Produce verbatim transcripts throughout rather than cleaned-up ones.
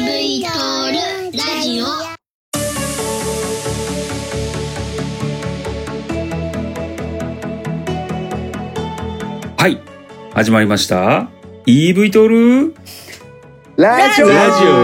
イーブイ トールラジオ。 はい、始まりました イーブイ トールラジオラジ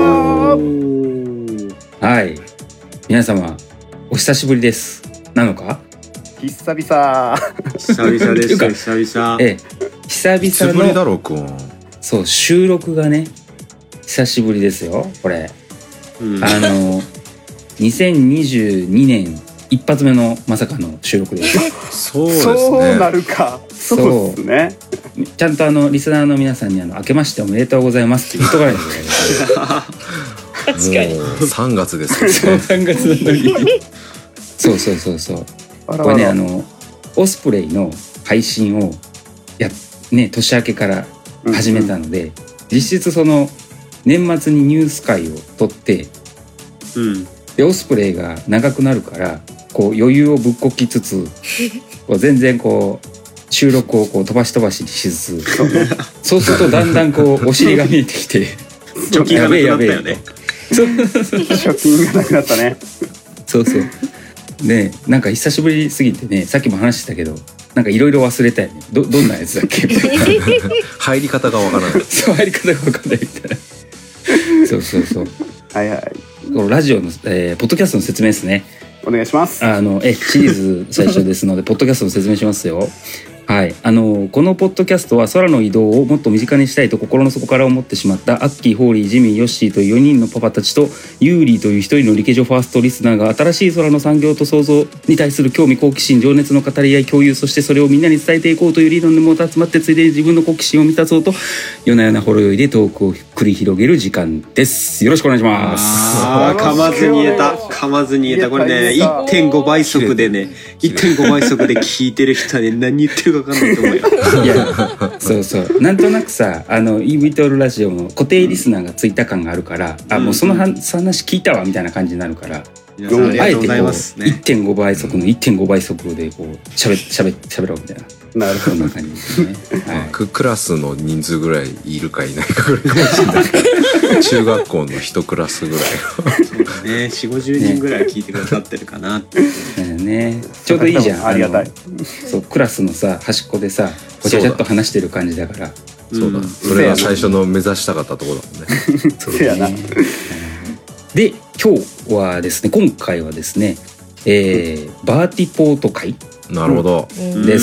オ。はい、皆様お久しぶりですなのか。 久々 久々ですよ久々。 ええ、久々のいつぶりだろうくん。そう、収録がね久しぶりですよこれ、うん、あのにせんにじゅうにねん一発目のまさかの収録ですそうですね。そうなるか。そうですね。 ちゃんとあのリスナーの皆さんにあの明けましておめでとうございますって言っとかないといけない確かにさんがつですね。 そうさんがつなのにそうそうそうそうこれね、あのオスプレイの配信をやね年明けから始めたので、うんうん、実質その年末にニュース会を取って、うん、でオスプレイが長くなるからこう余裕をぶっこきつつこう全然こう収録をこう飛ばし飛ばしにしつつそうするとだんだんこうお尻が見えてきて貯金がなくなったよね。 貯金がなくなったね。 そうそうね、なんか久しぶりすぎてね、さっきも話してたけどなんかいろいろ忘れたよね。 ど, どんなやつだっけ入り方がわからないそう入り方がわからないみたいなそうそうそうはいはい。 このラジオの、えー、ポッドキャストの説明ですね。 お願いします。 あのえシリーズ最初ですのでポッドキャストの説明しますよ。はい、あのこのポッドキャストは空の移動をもっと身近にしたいと心の底から思ってしまったアッキー、ホーリー、ジミー、ヨッシーというよにんのパパたちとユーリーというひとりのリケジョファーストリスナーが新しい空の産業と創造に対する興味好奇心情熱の語り合い共有、そしてそれをみんなに伝えていこうという理論でも集まって、ついでに自分の好奇心を満たそうと夜な夜なほろ酔いでトークを繰り広げる時間です。よろしくお願いします。 あー噛まずに言えた噛まずに言えた。これね いってんご 倍速でね いってんご 倍速で聞いてる人はね何言ってるか分かんないと思うよいやそうそうなんとなくさあの イーブイ トールラジオの固定リスナーがついた感があるから、うん、あもうその話聞いたわみたいな感じになるから、うん、あえてこう いってんご 倍速の いってんご 倍速でこうしゃべしゃべしゃべろうみたいな。なるほどな感じですね、 はい、クラスの人数ぐらいいるかいないかぐらいかもしれない中学校の一クラスぐらいそうだね よんじゅうごじゅうにんぐらい聞いてくださってるかなってね、ちょうどいいじゃん。 ありがたい。 そうクラスのさ端っこでさごちゃちゃっと話してる感じだから。 そうだ、うん、それが最初の目指したかったところだもんねそうやな。 で今日はですね今回はですね、えー、バーティポート会なるほど、 うん、です、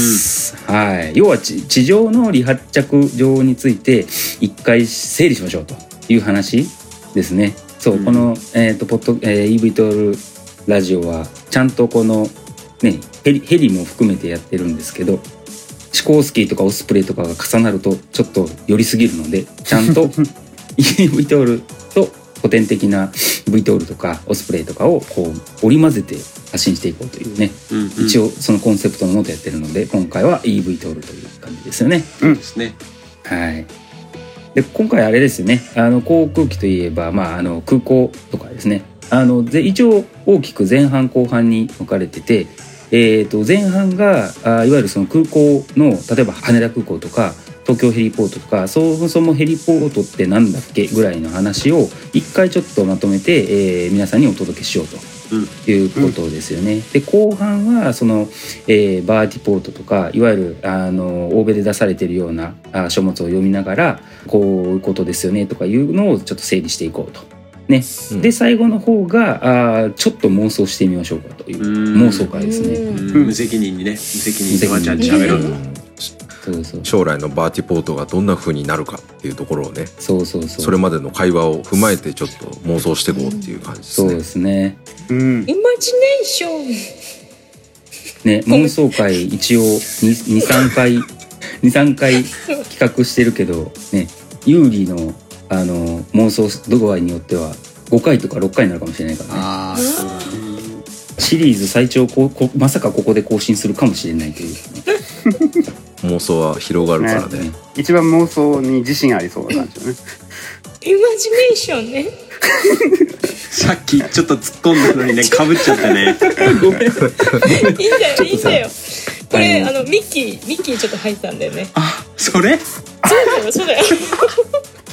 はい、要は地上の離発着場について一回整理しましょうという話ですね。そう、うん、この、えーとポッドえー、イーブイ トールラジオはちゃんとこの、ね、ヘリ、ヘリも含めてやってるんですけど、シコースキーとかオスプレイとかが重なるとちょっと寄りすぎるのでちゃんとイーブイ トールと古典的な ブイ トールとかオスプレイとかをこう織り交ぜて発信していこうというね、うんうん、一応そのコンセプトのもとやってるので今回は イーブイ トールという感じですよね。 うんですね。 はい。で今回あれですよね、あの航空機といえば、まあ、あの空港とかですね、あの一応大きく前半後半に分かれてて、えー、と前半があいわゆるその空港の例えば羽田空港とか東京ヘリポートとかそもそもヘリポートってなんだっけぐらいの話を一回ちょっとまとめて、えー、皆さんにお届けしようということですよね、うん、で後半はその、えー、バーティポートとかいわゆるあの欧米で出されているようなあ書物を読みながらこういうことですよねとかいうのをちょっと整理していこうとね、うん、で最後の方があちょっと妄想してみましょうかという妄想会ですね。 うん、無責任にね無責任にワンちゃんに喋ろうと、 そうそう将来のバーティポートがどんな風になるかっていうところをね、 そうそうそうそれまでの会話を踏まえてちょっと妄想していこうっていう感じですね。 そうですね、 うん、イマジネーションね、妄想会一応 にさんかいにさんかい企画してるけどね、有利のあの妄想度合いによってはごかいとかろっかいになるかもしれないからね。あそうだね、シリーズ最長ここまさかここで更新するかもしれないという、ね、 妄想は広がるからね、 ね、一番妄想に自信ありそうな感じだねイマジネーションねさっきちょっと突っ込んだのにねかぶっちゃったねごめんいいんだよいいんだよこれあのミッキーミッキーちょっと入ってたんだよね。 あそれそうだよそうだよ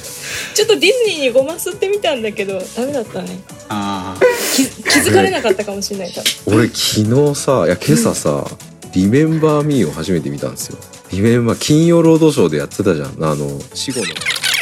ちょっとディズニーにごますってみたんだけどダメだったね。 あ気気づかれなかったかもしれない多分。 俺昨日さ、いや今朝さ、リメンバーミーを初めて見たんですよ。リメンバー金曜ロードショーでやってたじゃん、あの死後の。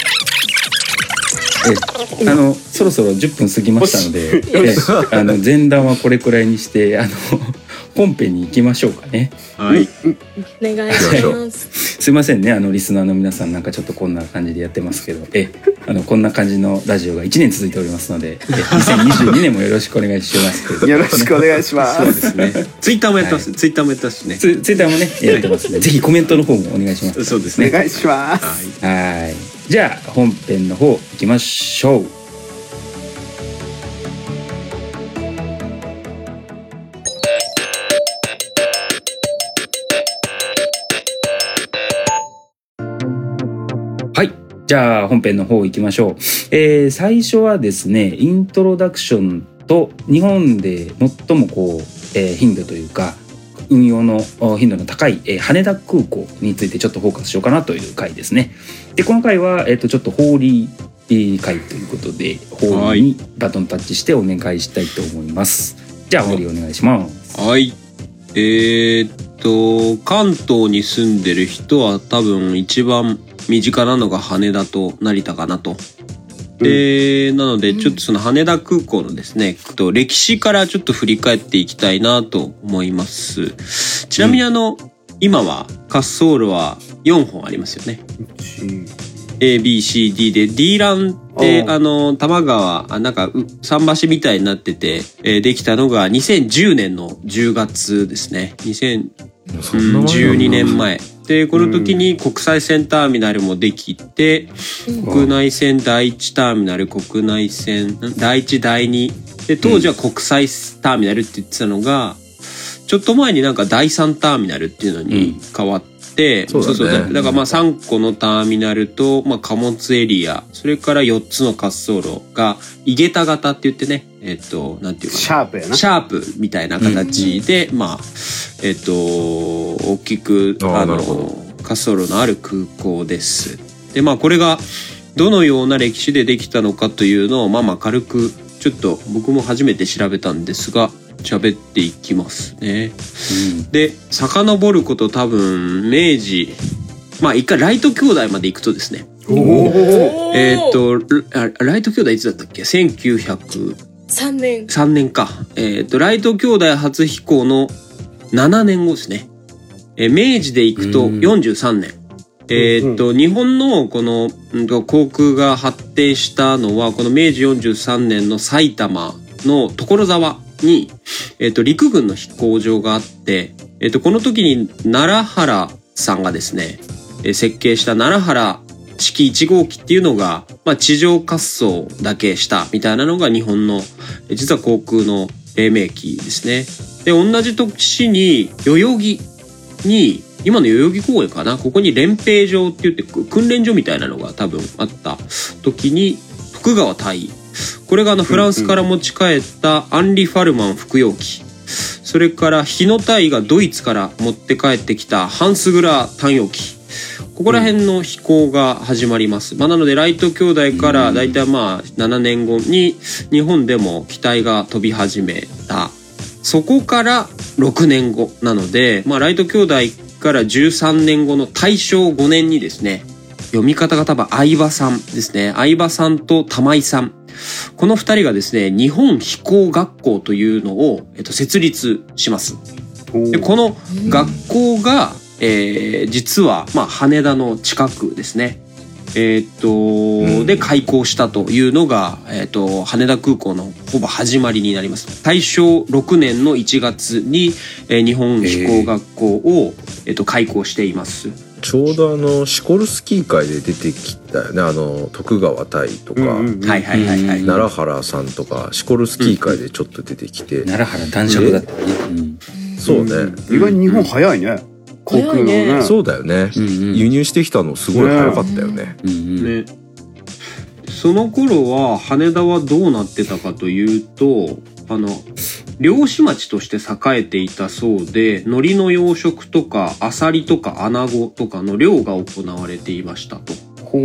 えあのそろそろじゅっぷん過ぎましたので、えあの前段はこれくらいにしてあの本編に行きましょうかね。 はい。 お願いします。 すいませんね、あのリスナーの皆さん、なんかちょっとこんな感じでやってますけど、えあのこんな感じのラジオがいちねん続いておりますので、えにせんにじゅうにねんもよろしくお願いします。 よろしくお願いします。 そうですね。 ツイッターもやってます。ツイッターもやってますしね。 ツツイッターもねやってますので、ぜひコメントの方もお願いします。 そうですね。 お願いします。 はい。じゃあ本編の方行きましょう。はい。じゃあ本編の方行きましょう。えー、最初はですね、イントロダクションと日本で最もこう、えー、頻度というか運用の頻度の高い、えー、羽田空港についてちょっとフォーカスしようかなという回ですね。で、この回は、えー、とちょっとホーリー回ということで、ホーリーにバトンタッチしてお願いしたいと思います。じゃあホーリーお願いします。 はい。えー、っと関東に住んでる人は多分一番身近なのが羽田と成田かなと。で、なのでちょっとその羽田空港のですね、と歴史からちょっと振り返っていきたいなと思います。ちなみにあの、うん、今は滑走路はよんほんありますよね。A、B、C、D で D ランってあの多摩川なんか桟橋みたいになってて、えー、できたのがにせんじゅうねんのじゅうがつですね。にせんじゅうにねんまえで、この時に国際線ターミナルもできて、うん、国内線第一ターミナル、国内線第一第二で、当時は国際ターミナルって言ってたのが、うん、ちょっと前になんか第三ターミナルっていうのに変わって、うん、そうそう、ね、だ, だからまあさんこのターミナルと、まあ、貨物エリア、それからよっつの滑走路が井桁型って言ってね、えっと、なんていうかな。 シャープやな。 シャープみたいな形で、うん、まあ、えっと、大きく、あの、滑走路のある空港です。で、まあ、これがどのような歴史でできたのかというのを、まあまあ、軽く、ちょっと僕も初めて調べたんですが、喋っていきますね。うん、で、遡ること多分、明治、まあ、一回ライト兄弟まで行くとですね。えっと、ライト兄弟いつだったっけ ?せんきゅうひゃくさんねん。 さんねんか。えっと、ライト兄弟初飛行のななねんごですね。えー、明治で行くとよんじゅうさんねん。えっと、日本のこの、うん、航空が発展したのは、この明治よんじゅうさんねんの埼玉の所沢に、えっと、陸軍の飛行場があって、えっと、この時に奈良原さんがですね、えー、設計した奈良原式いち号機っていうのが、まあ、地上滑走だけしたみたいなのが日本の、実は航空の黎明期ですね。で、同じ年に代々木に、今の代々木公園かな、ここに練兵場って言って訓練所みたいなのが多分あった時に、福川大、これがあのフランスから持ち帰ったアンリ・ファルマン服用機、それから日野大がドイツから持って帰ってきたハンスグラー単葉機、ここら辺の飛行が始まります。まあ、なのでライト兄弟からだいたいまあななねんごに日本でも機体が飛び始めた。そこからろくねんごなので、まあ、ライト兄弟からじゅうさんねんごの大正ごねんにですね、読み方が多分相葉さんですね。相葉さんと玉井さん。この二人がですね、日本飛行学校というのを、えっと、設立します。で、この学校が、えー、実は、まあ、羽田の近くですね。えー、っと、で、開校したというのが、えー、っと、羽田空港のほぼ始まりになります。大正ろくねんのいちがつに、えー、日本飛行学校を、えー、っと、開校しています。 ちょうどあの、シコルスキー会で出てきたよね。あの、徳川大とか、 はいはいはいはい。 奈良原さんとか、シコルスキー会でちょっと出てきて。うん、 奈良原男爵だったね。うん、 そうね、 うん。意外に日本早いね。航空のね。 そうだよね、うんうん。輸入してきたのすごい早かったよね。 うんうん、ね。その頃は羽田はどうなってたかというと、あの漁師町として栄えていたそうで、海苔の養殖とかアサリとかアナゴとかの漁が行われていましたと。 ほう。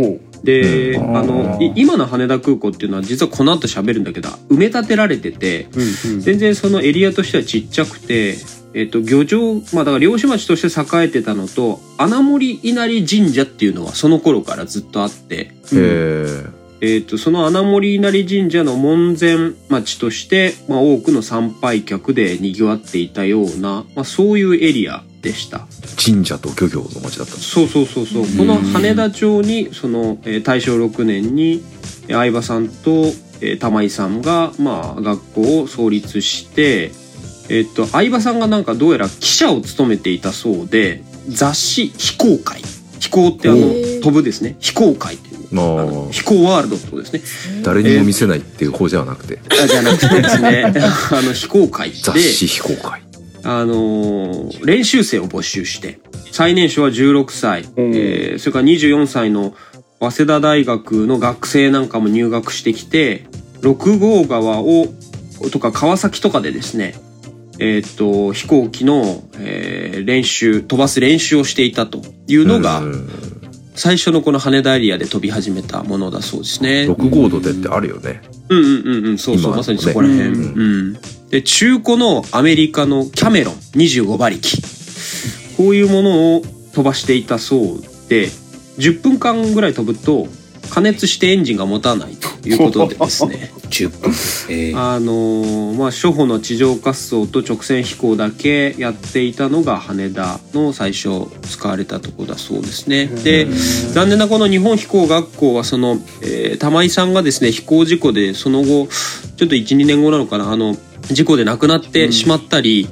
で、 うん、 あのい今の羽田空港っていうのは実はこの後喋るんだけど埋め立てられてて、 うんうん、 全然そのエリアとしてはちっちゃくて、えっと、漁場、まあだから漁師町として栄えてたのと穴守稲荷神社っていうのはその頃からずっとあって、 へー、 えっと、その穴守稲荷神社の門前町として、まあ、多くの参拝客で賑わっていたような、まあ、そういうエリアでした。 神社と漁業の町だったんです。 そうそうそうそう。この羽田町にその、えー、大正ろくねんに相葉さんと、えー、玉井さんが、まあ、学校を創立して、えー、っと相葉さんがなんかどうやら記者を務めていたそうで、雑誌飛行会、飛行ってあの飛ぶですね、飛行会っていうあの飛行ワールドってことですね。 誰にも見せないっていう方じゃなくて、 えー、じゃなくてですねあの飛行会で雑誌飛行会、 あのー、練習生を募集して最年少はじゅうろくさい、うん、えー、それからにじゅうよんさいの早稲田大学の学生なんかも入学してきてろく号川をとか川崎とかでですね、えー、っと飛行機の、えー、練習飛ばす練習をしていたというのが、うん最初のこの羽田エリアで飛び始めたものだそうですね。 ろく号度でってあるよね。 うんうんうんうん、そうそう、まさにそこら辺。うん、うん。で、中古のアメリカのキャメロンにじゅうごばりき。こういうものを飛ばしていたそうで、じゅっぷんかんぐらい飛ぶと加熱してエンジンが持たないということでですね。 じゅっぷん。えー、 あのー、まあ初歩の地上滑走と直線飛行だけやっていたのが羽田の最初使われたところだそうですね。で、残念なこの日本飛行学校はその、えー、玉井さんがですね飛行事故でその後ちょっと いちにねんごなのかなあの事故で亡くなってしまったり、うん、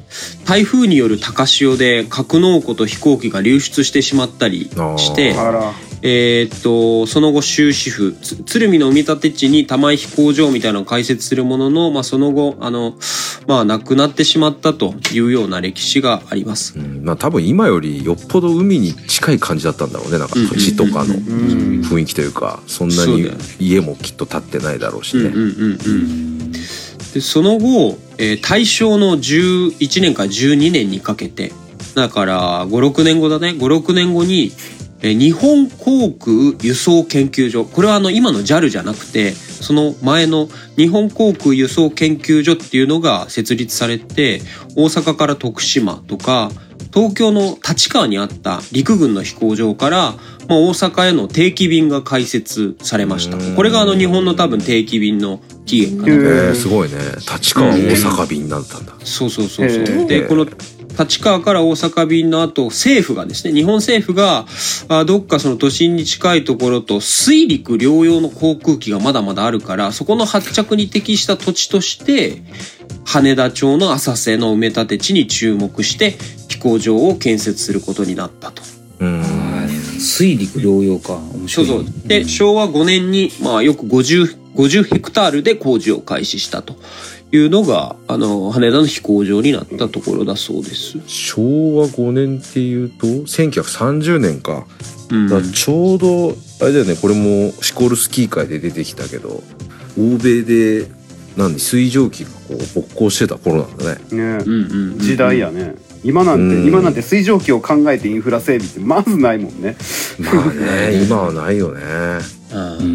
台風による高潮で格納庫と飛行機が流出してしまったりして。えー、っとその後終止符鶴見の埋め立て地に玉井飛行場みたいなのを開設するものの、まあ、その後あの、まあ、亡くなってしまったというような歴史があります、 うんまあ、多分今よりよっぽど海に近い感じだったんだろうね。なんか土地とかの雰囲気というかそんなに家もきっと建ってないだろうしね。 でその後、えー、大正のじゅういちねんからじゅうにねんにかけてだからごろくねんごだねごろくねんごに日本航空輸送研究所、これはあの今の ジャル じゃなくてその前の日本航空輸送研究所っていうのが設立されて大阪から徳島とか東京の立川にあった陸軍の飛行場から、まあ、大阪への定期便が開設されました。これがあの日本の多分定期便の起源かな。 えー、すごいね。立川大阪便だったんだ。 そうそうそうそう。でこの立川から大阪便の後政府がですね日本政府があどっかその都心に近いところと水陸両用の航空機がまだまだあるからそこの発着に適した土地として羽田町の浅瀬の埋め立て地に注目して飛行場を建設することになったと。 うん水陸両用か面白い。 そうそうで昭和ごねんに、まあ、よくごじゅう、ごじゅうヘクタールで工事を開始したというのがあの羽田の飛行場になったところだそうです。 昭和ごねんっていうとせんきゅうひゃくさんじゅうねんか、うん、だからちょうどあれだよね。これもシコルスキー会で出てきたけど欧米で何水蒸気がこう勃興してた頃なんだね。 ね、うんうんうん、時代やね。今なんて、うん、今なんて水蒸気を考えてインフラ整備ってまずないもんね。 まあね今はないよね。うん、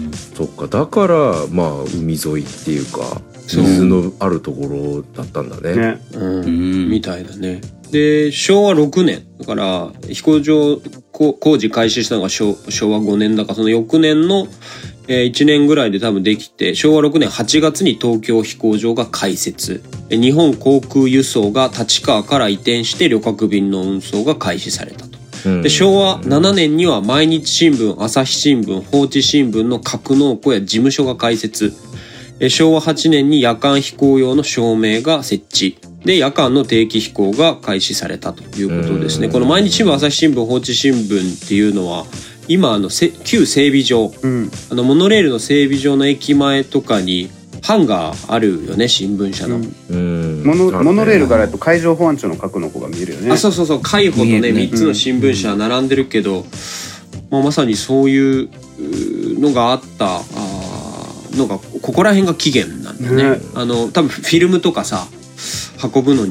そっかだからまあ海沿いっていうか水のあるところだったんだね。ね、 うん、みたいだね。で昭和ろくねんだから飛行場工事開始したのが 昭, 昭和ごねんだからその翌年のいちねんぐらいで多分できて昭和ろくねんはちがつに東京飛行場が開設日本航空輸送が立川から移転して旅客便の運送が開始されたと。で昭和ななねんには毎日新聞朝日新聞放置新聞の格納庫や事務所が開設昭和はちねんに夜間飛行用の照明が設置で夜間の定期飛行が開始されたということですね。この毎日新聞朝日新聞放置新聞っていうのは今あの旧整備場、うん、あのモノレールの整備場の駅前とかにハンガーあるよね新聞社の、 うん、モノモノレールからやと海上保安庁の格納庫が見えるよね。 あそうそうそう海保とねみっつの新聞社並んでるけど、うんまあ、まさにそういうのがあったあのがここら辺が起源なんだね。ねあの多分フィルムとかさ運ぶのに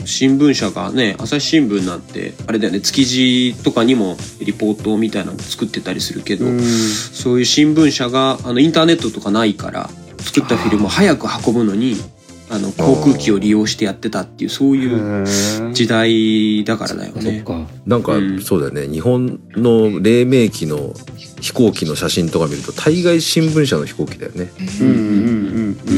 新聞社がね、朝日新聞なんてあれだよね、築地とかにもリポートみたいなの作ってたりするけど、そういう新聞社があのインターネットとかないから作ったフィルムを早く運ぶのにあの航空機を利用してやってたっていう、そういう時代だからだよね。 なんか、うん、そうだよね、日本の黎明期の飛行機の写真とか見ると大概新聞社の飛行機だよね。うんうんうんうん。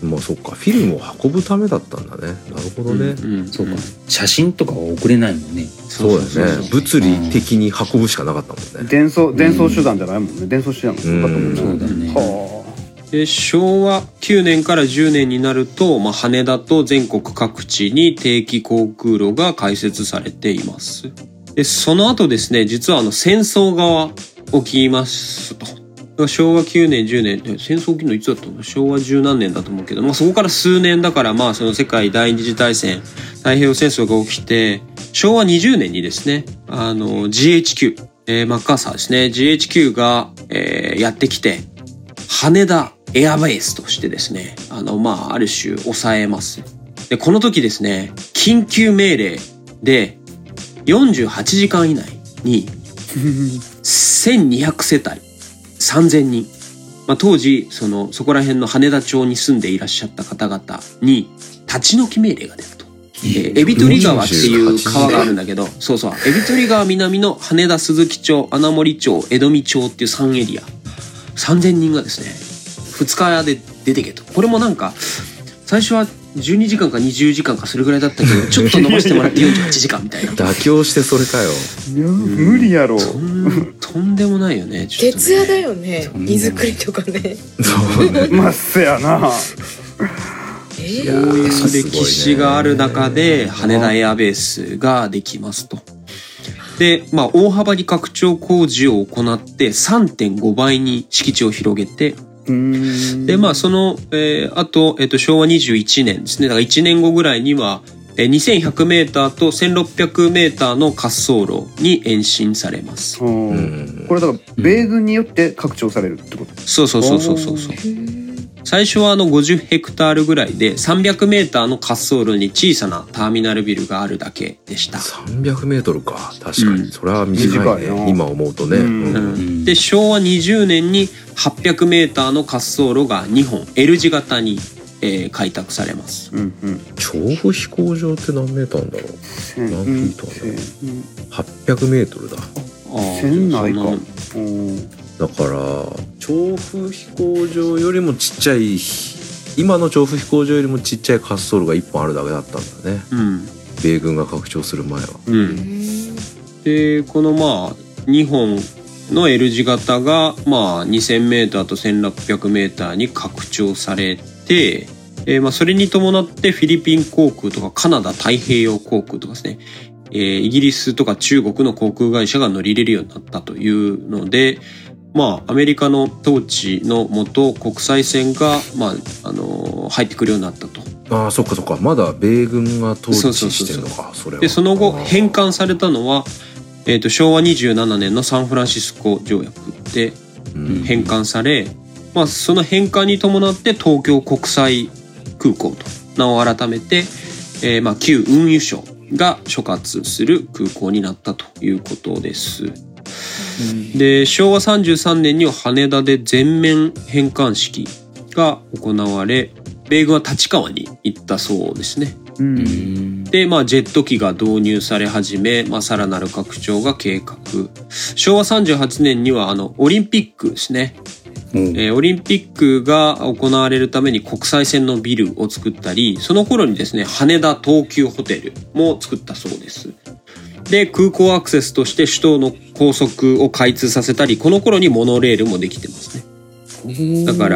まあそっか、フィルムを運ぶためだったんだね。なるほどね。 うんうん、そうか。写真とかは送れないもんね。 そうだよね。物理的に運ぶしかなかったもんね。 伝送伝送手段じゃないもんね。伝送手段もなかったもんね。 そうだね。はあ。 で昭和きゅうねんからじゅうねんになると、まあ、羽田と全国各地に定期航空路が開設されています。でその後ですね、実はあの戦争が起きますと。昭和きゅうねんじゅうねん、戦争起きるのいつだったの？昭和十何年だと思うけど、まあ、そこから数年だから、まあその世界第二次大戦、太平洋戦争が起きて、昭和にじゅうねんにですね、あの ジーエイチキュー、えー、マッカーサーですね、ジーエイチキューが、えー、やってきて、羽田エアベースとしてですね、あの、まあ、ある種抑えます。で、この時ですね、緊急命令でよんじゅうはちじかん以内にせんにひゃくせたいさんぜんにん、まあ、当時そのそこら辺の羽田町に住んでいらっしゃった方々に立ち退き命令が出ると。えー、エビ取川っていう川があるんだけど、そうそう、エビ取川南の羽田鈴木町、穴守町、江戸見町っていうさんエリア、さんぜんにんがですね、ふつかで出てけと。これもなんか最初はじゅうにじかんかにじゅうじかんかそれぐらいだったけど、ちょっと伸ばしてもらってよんじゅうはちじかんみたいな。 妥協してそれかよ。 いや無理やろ。 とん、とんでもないよね。ちょっとね、 徹夜だよね。荷造りとかね。 そうね。 まっせやな。 えー、 そういう歴史がある中で羽田エアベースができますと。で、まあ、大幅に拡張工事を行って さんてんごばいに敷地を広げて、で、まあ、その、えー、あと、えっと、昭和にじゅういちねんですね。だからいちねんごぐらいには、えー、にせんひゃくメーターとせんろっぴゃくメーターの滑走路に延伸されます。これだから、米軍によって拡張されるってこと？ そうそうそうそうそうそう。最初はあのごじゅうヘクタールぐらいでさんびゃくメーターの滑走路に小さなターミナルビルがあるだけでした。 さんびゃくメートルか。確かに、うん、それは短いね。今思うとね、うんうん、で昭和にじゅうねんにはっぴゃくメーターの滑走路がにほん L 字型に、えー、開拓されます、うんうん、 調布飛行場って何メーターなんだろう。何フィートなんだろう。はっぴゃくメートルだ。 あせんないか。 だから調布飛行場よりもちっちゃい、今の調布飛行場よりもちっちゃい滑走路がいっぽんあるだけだったんだね、うん、米軍が拡張する前は、うん、 でこのまあにほんの L 字型がまあにせんメーターとせんろっぴゃくメーターに拡張されて、えー、まあそれに伴ってフィリピン航空とかカナダ太平洋航空とかですね、えー、イギリスとか中国の航空会社が乗り入れるようになったというので、まあ、アメリカの統治のもと国際線が、まああのー、入ってくるようになったと。 ああ、そっかそっか。まだ米軍が統治してるのか。それは。 でその後返還されたのは、えー、と昭和にじゅうななねんのサンフランシスコ条約で返還され、うん、まあ、その返還に伴って東京国際空港と名を改めて、えーまあ、旧運輸省が所轄する空港になったということです。で昭和さんじゅうさんねんには羽田で全面返還式が行われ、米軍は立川に行ったそうですね。うん、で、まあ、ジェット機が導入され始め、まあ、さらなる拡張が計画。昭和さんじゅうはちねんにはあのオリンピックですね、うん、えー、オリンピックが行われるために国際線のビルを作ったり、その頃にですね羽田東急ホテルも作ったそうです。で空港アクセスとして首都の高速を開通させたり、この頃にモノレールもできてますね。だから、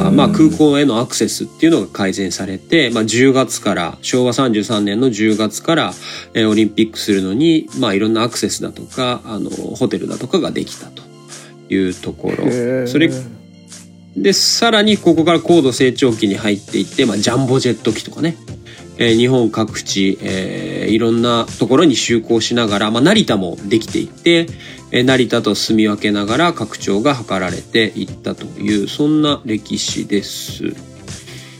まあ、空港へのアクセスっていうのが改善されて、まあ、じゅうがつから昭和さんじゅうさんねんのじゅうがつから、えー、オリンピックするのに、まあ、いろんなアクセスだとかあのホテルだとかができたというところ。それでさらにここから高度成長期に入っていって、まあ、ジャンボジェット機とかね、えー、日本各地、えー、いろんなところに就航しながら、まあ、成田もできていって、えー、成田と住み分けながら拡張が図られていったという、そんな歴史です。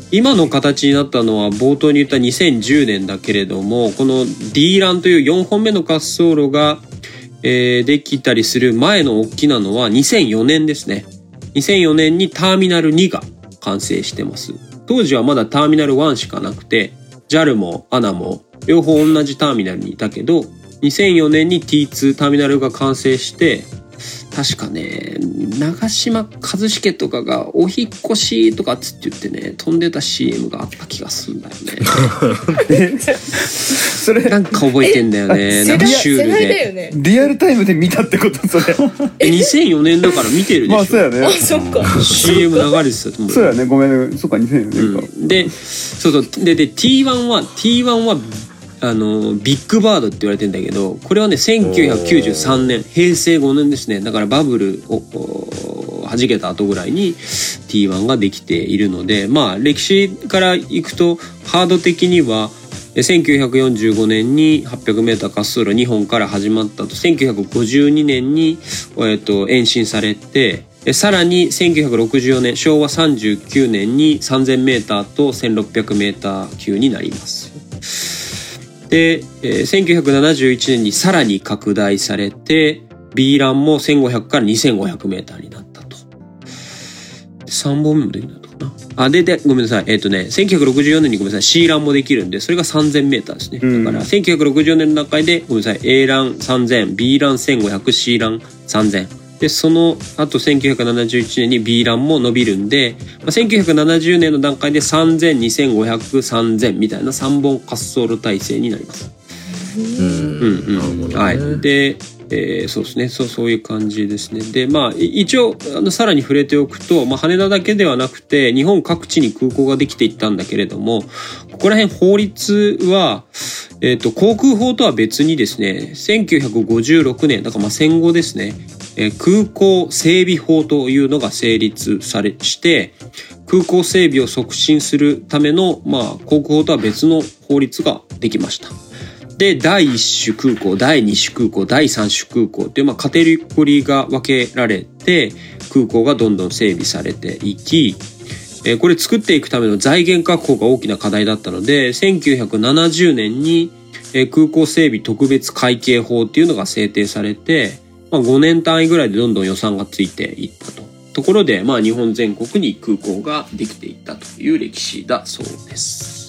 今の形になったのは冒頭に言ったにせんじゅうねんだけれども、この D ランというよんほんめの滑走路が、えー、できたりする前の大きなのはにせんよねんですね。にせんよねんにターミナルにが完成してます。当時はまだターミナルいちしかなくて、ジャル も エーエヌエー も両方同じターミナルにいたけど、にせんよねんに ティーツー ターミナルが完成して、確かね、長嶋一茂とかがお引っ越しとかっつって言ってね、飛んでた シーエム があった気がするんだよね。 それなんか覚えてんだよね。なんかシュールで。 ね、 リアルタイムで見たってことそれ。 にせんよねんだから見てるでしょ。 まあそうやね。 あ、そっか。 シーエム 流れてたと思う。 そうやね。ごめんね。そっかにせんよねんか。 うん、で、そうそうでで ティーワン は ティーワン はあのビッグバードって言われてんだけど、これはねせんきゅうひゃくきゅうじゅうさんねん、へいせいごねんですね。だからバブルを弾けた後ぐらいに ティーワン ができているので、まあ歴史からいくとハード的にはせんきゅうひゃくよんじゅうごねんに はっぴゃくメーター 滑走路にほんから始まったと、せんきゅうひゃくごじゅうにねんに、えっと、延伸されて、さらにせんきゅうひゃくろくじゅうよねんしょうわさんじゅうきゅうねんに さんぜんメーター と せんろっぴゃくメーター 級になります。で、えー、せんきゅうひゃくななじゅういちねんにさらに拡大されて B ランもせんごひゃくからにせんごひゃくメーターになったと。さんぼんめもできるんだったかなあ。ででごめんなさい、えっとねせんきゅうひゃくろくじゅうよねんにごめんなさい C ランもできるんで、それがさんぜんメーターですね。だからせんきゅうひゃくろくじゅうよねんの段階でごめんなさい A ランさんぜん B ランせんごひゃく C ランさんぜんで、その後せんきゅうひゃくななじゅういちねんに B ランも伸びるんで、まあ、せんきゅうひゃくななじゅうねんの段階でさんぜん、にせんごひゃく、さんぜんみたいなさんぼん滑走路体制になります。 うんうんうん、 はい。で、えー、そうですね。そう、そういう感じですね。で、まあ、一応、あの、さらに触れておくと、まあ、羽田だけではなくて、日本各地に空港ができていったんだけれども、ここら辺法律は、えっと、航空法とは別にですね、せんきゅうひゃくごじゅうろくねん、だからまあ戦後ですね、えー、空港整備法というのが成立され、して、空港整備を促進するための、まあ、航空法とは別の法律ができました。で、だいいち種空港、だいに種空港、だいさん種空港っていう、まあ、カテゴリーが分けられて、空港がどんどん整備されていき、えー、これ作っていくための財源確保が大きな課題だったので、せんきゅうひゃくななじゅうねんに、えー、空港整備特別会計法っていうのが制定されて、まあ、ごねん単位ぐらいでどんどん予算がついていったと。ところで、まあ、日本全国に空港ができていったという歴史だそうです。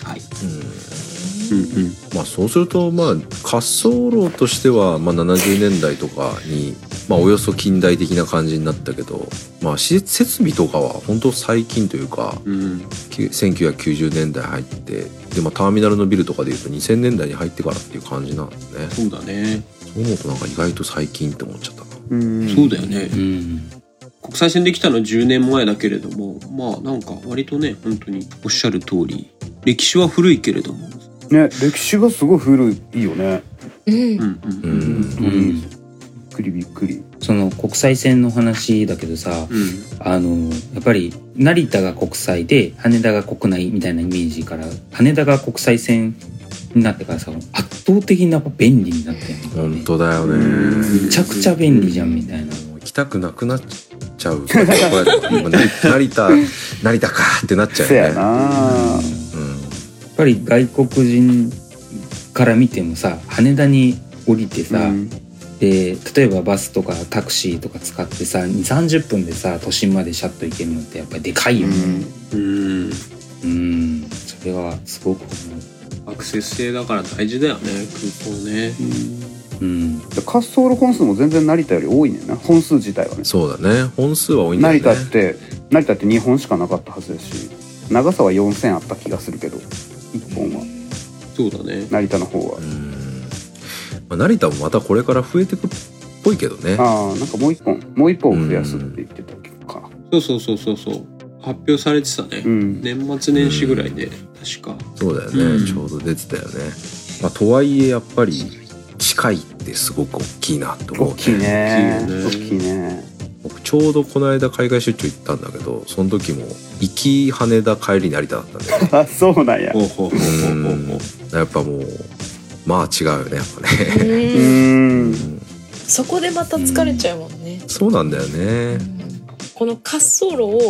はい。うんうん、 まあそうするとまあ滑走路としてはまあななじゅうねんだいとかにまあおよそ近代的な感じになったけど、まあ施設設備とかは本当最近というか、うん、せんきゅうひゃくきゅうじゅうねんだい入ってで、まあ、ターミナルのビルとかでいうとにせんねんだいに入ってからっていう感じなんですね。 そうだね。 そう思うとなんか意外と最近って思っちゃったな。 うんそうだよね。うん国際線できたのはじゅうねんまえだけれども、まあなんか割とね本当におっしゃる通り歴史は古いけれどもね、歴史がすごい古いよね。 うんうんうんびっくりびっくり。 その国際線の話だけどさ、うん、あのやっぱり成田が国際で羽田が国内みたいなイメージから羽田が国際線になってからさ圧倒的な便利になってる、 ね、本当だよね。 めちゃくちゃ便利じゃんみたいな。 行きたくなくなっちゃう成田成田かってなっちゃうよね。 そうやな、うんやっぱり外国人から見てもさ羽田に降りてさ、うん、で例えばバスとかタクシーとか使ってさにじゅうさんじゅっぷんでさ都心までシャッと行けるのってやっぱりでかいよね。うんうんそれはすごく思う。 アクセス性だから大事だよね空港ね。 うん、滑走路本数も全然成田より多いねんな本数自体はね。 そうだね本数は多いんだよね。 成田って成田ってにほんしかなかったはずだし長さはよんせんあった気がするけどいっぽんはそうだね成田の方はうん、 まあ、成田もまたこれから増えてくっぽいけどね。 ああなんかもう一本もう一本増やすって言ってたっけか。 そうそうそうそうそう発表されてたね、うん、年末年始ぐらいで、うん、確かそうだよね、うん、ちょうど出てたよね。まあ、とはいえやっぱり近いってすごく大きいなと思う、ね、 大きいね大きいね。 僕ちょうどこの間海外出張行ったんだけどその時も行き羽田帰り成田だったんだよね。 あそうなんや。 やっぱもうまあ違うよねやっぱね。 うんそこでまた疲れちゃうもんね。 そうなんだよね。 この滑走路を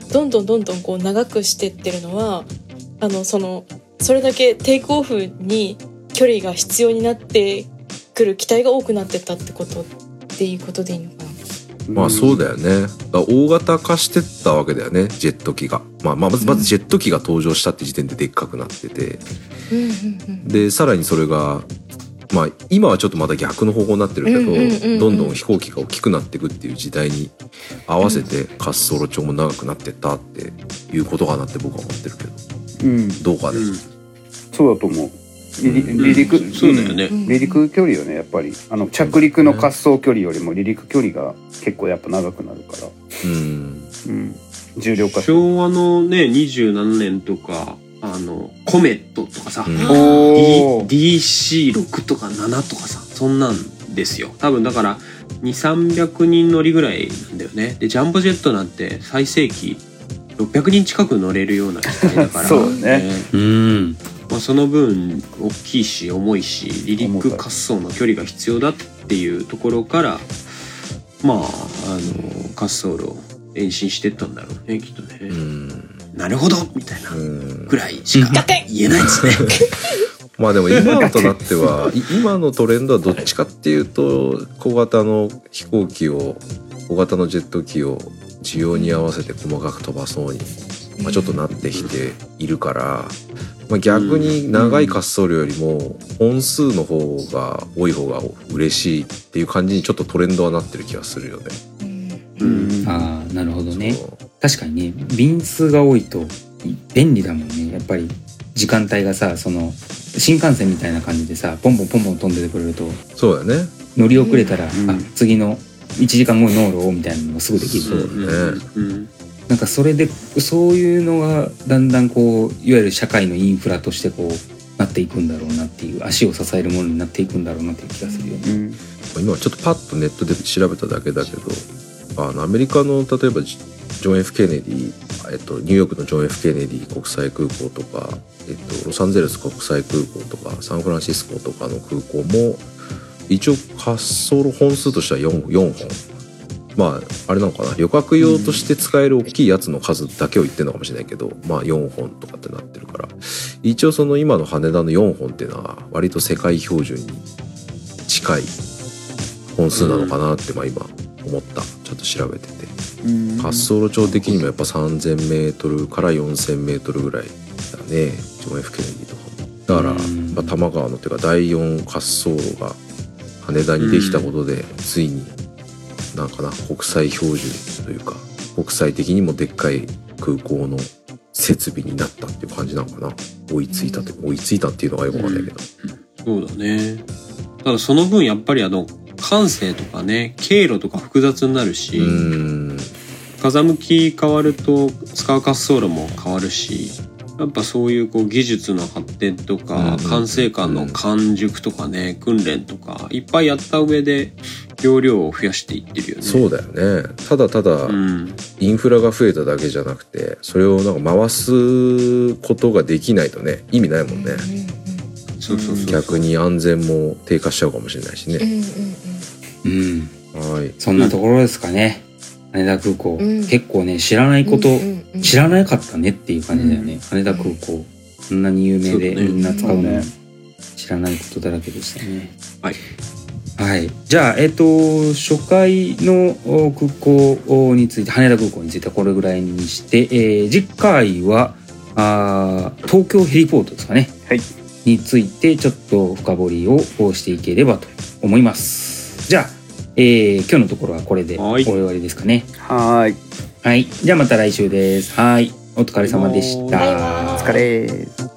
どんどんどんどんこう長くしてってるのはあのそのそれだけテイクオフに距離が必要になってくる機体が多くなってったってことっていうことでいいのかな。 まあそうだよね。だから大型化してったわけだよね、ジェット機が。まあ、まあまずまずジェット機が登場したって時点ででっかくなってて、 うんうんうん、 でさらにそれがまあ今はちょっとまだ逆の方向になってるけど、うんうんうんうん、どんどん飛行機が大きくなっていくっていう時代に合わせて滑走路長も長くなってったっていうことかなって僕は思ってるけど、うん、どうかね、うん、 そうだと思う。離陸、うん、 そうだよね、 離陸距離よね、やっぱりあの着陸の滑走距離よりも離陸距離が結構やっぱ長くなるから、うんうん、重量化。 昭和のねにじゅうななねんとかあのコメットとかさ、うん、ディーシーろく とかななとかさ、そんなんですよ多分。だからにせんさんびゃくにん乗りぐらいなんだよね。でジャンボジェットなんて最盛期ろっぴゃくにん近く乗れるような機体だからそうね、 ね、うんまあ、その分大きいし重いし離陸滑走の距離が必要だっていうところからまああの滑走路を延伸してったんだろうねきっとね。うんなるほどみたいなぐらいしか言えないですねまあでも今となっては今のトレンドはどっちかっていうと小型の飛行機を小型のジェット機を需要に合わせて細かく飛ばそうに、まあ、ちょっとなってきているから、まあ、逆に長い滑走路よりも本数の方が多い方が嬉しいっていう感じにちょっとトレンドはなってる気がするよね。 うん、ああなるほどね。確かにね便数が多いと便利だもんね。やっぱり時間帯がさその新幹線みたいな感じでさポンポンポンポン飛んでてくれるとそうだね乗り遅れたら、うん、あ次のいちじかんごに乗ろうみたいなのがすぐできる。 そうね、 うん、なんかそれでそういうのがだんだんこういわゆる社会のインフラとしてこうなっていくんだろうなっていう足を支えるものになっていくんだろうなっていう気がするよね、うん、 今ちょっとパッとネットで調べただけだけどあのアメリカの例えばジョン・ F ・ケネディ、えっと、ニューヨークのジョン・ F ・ケネディ国際空港とか、えっと、ロサンゼルス国際空港とかサンフランシスコとかの空港も一応滑走路本数としては 4, よんほんまああれなのかな旅客用として使える大きいやつの数だけを言ってるのかもしれないけど、まあよんほんとかってなってるから一応その今の羽田のよんほんっていうのは割と世界標準に近い本数なのかなってまあ今思ったちょっと調べてて滑走路長的にもやっぱさんぜんメートルからよんせんメートルぐらいだねジョン・ F ・ケネディとかもだから、まあ、多摩川のっていうかだいよん滑走路が羽田にできたことでついになんかな国際標準というか国際的にもでっかい空港の設備になったっていう感じなのかな。追いついたって追いついたっていうのがよくわかんないけど、 うん、そうだね。ただその分やっぱりあの管制とかね経路とか複雑になるしうん風向き変わると使う滑走路も変わるしやっぱそういうこう技術の発展とか管制官の完熟とかね訓練とかいっぱいやった上で容量を増やしていってるよね。 そうだよね。ただただ、うん、インフラが増えただけじゃなくてそれをなんか回すことができないとね意味ないもんね。 そうそうそうそう逆に安全も低下しちゃうかもしれないしね。 うん、うん、はいそんなところですかね。羽田空港、うん、結構ね知らないこと、うんうんうん、知らなかったねっていう感じだよね、うん、羽田空港そんなに有名で、ね、みんな使うの、ね、知らないことだらけでしたね。 はい、 はい、じゃあ、えーと、初回の空港について羽田空港についてはこれぐらいにして、えー、次回はあ東京ヘリポートですかね、 はい、 についてちょっと深掘りをしていければと思います。じゃあえー、今日のところはこれで終わりですかね。 はい。 はい。じゃあまた来週です。はい。お疲れ様でした。 お疲れ。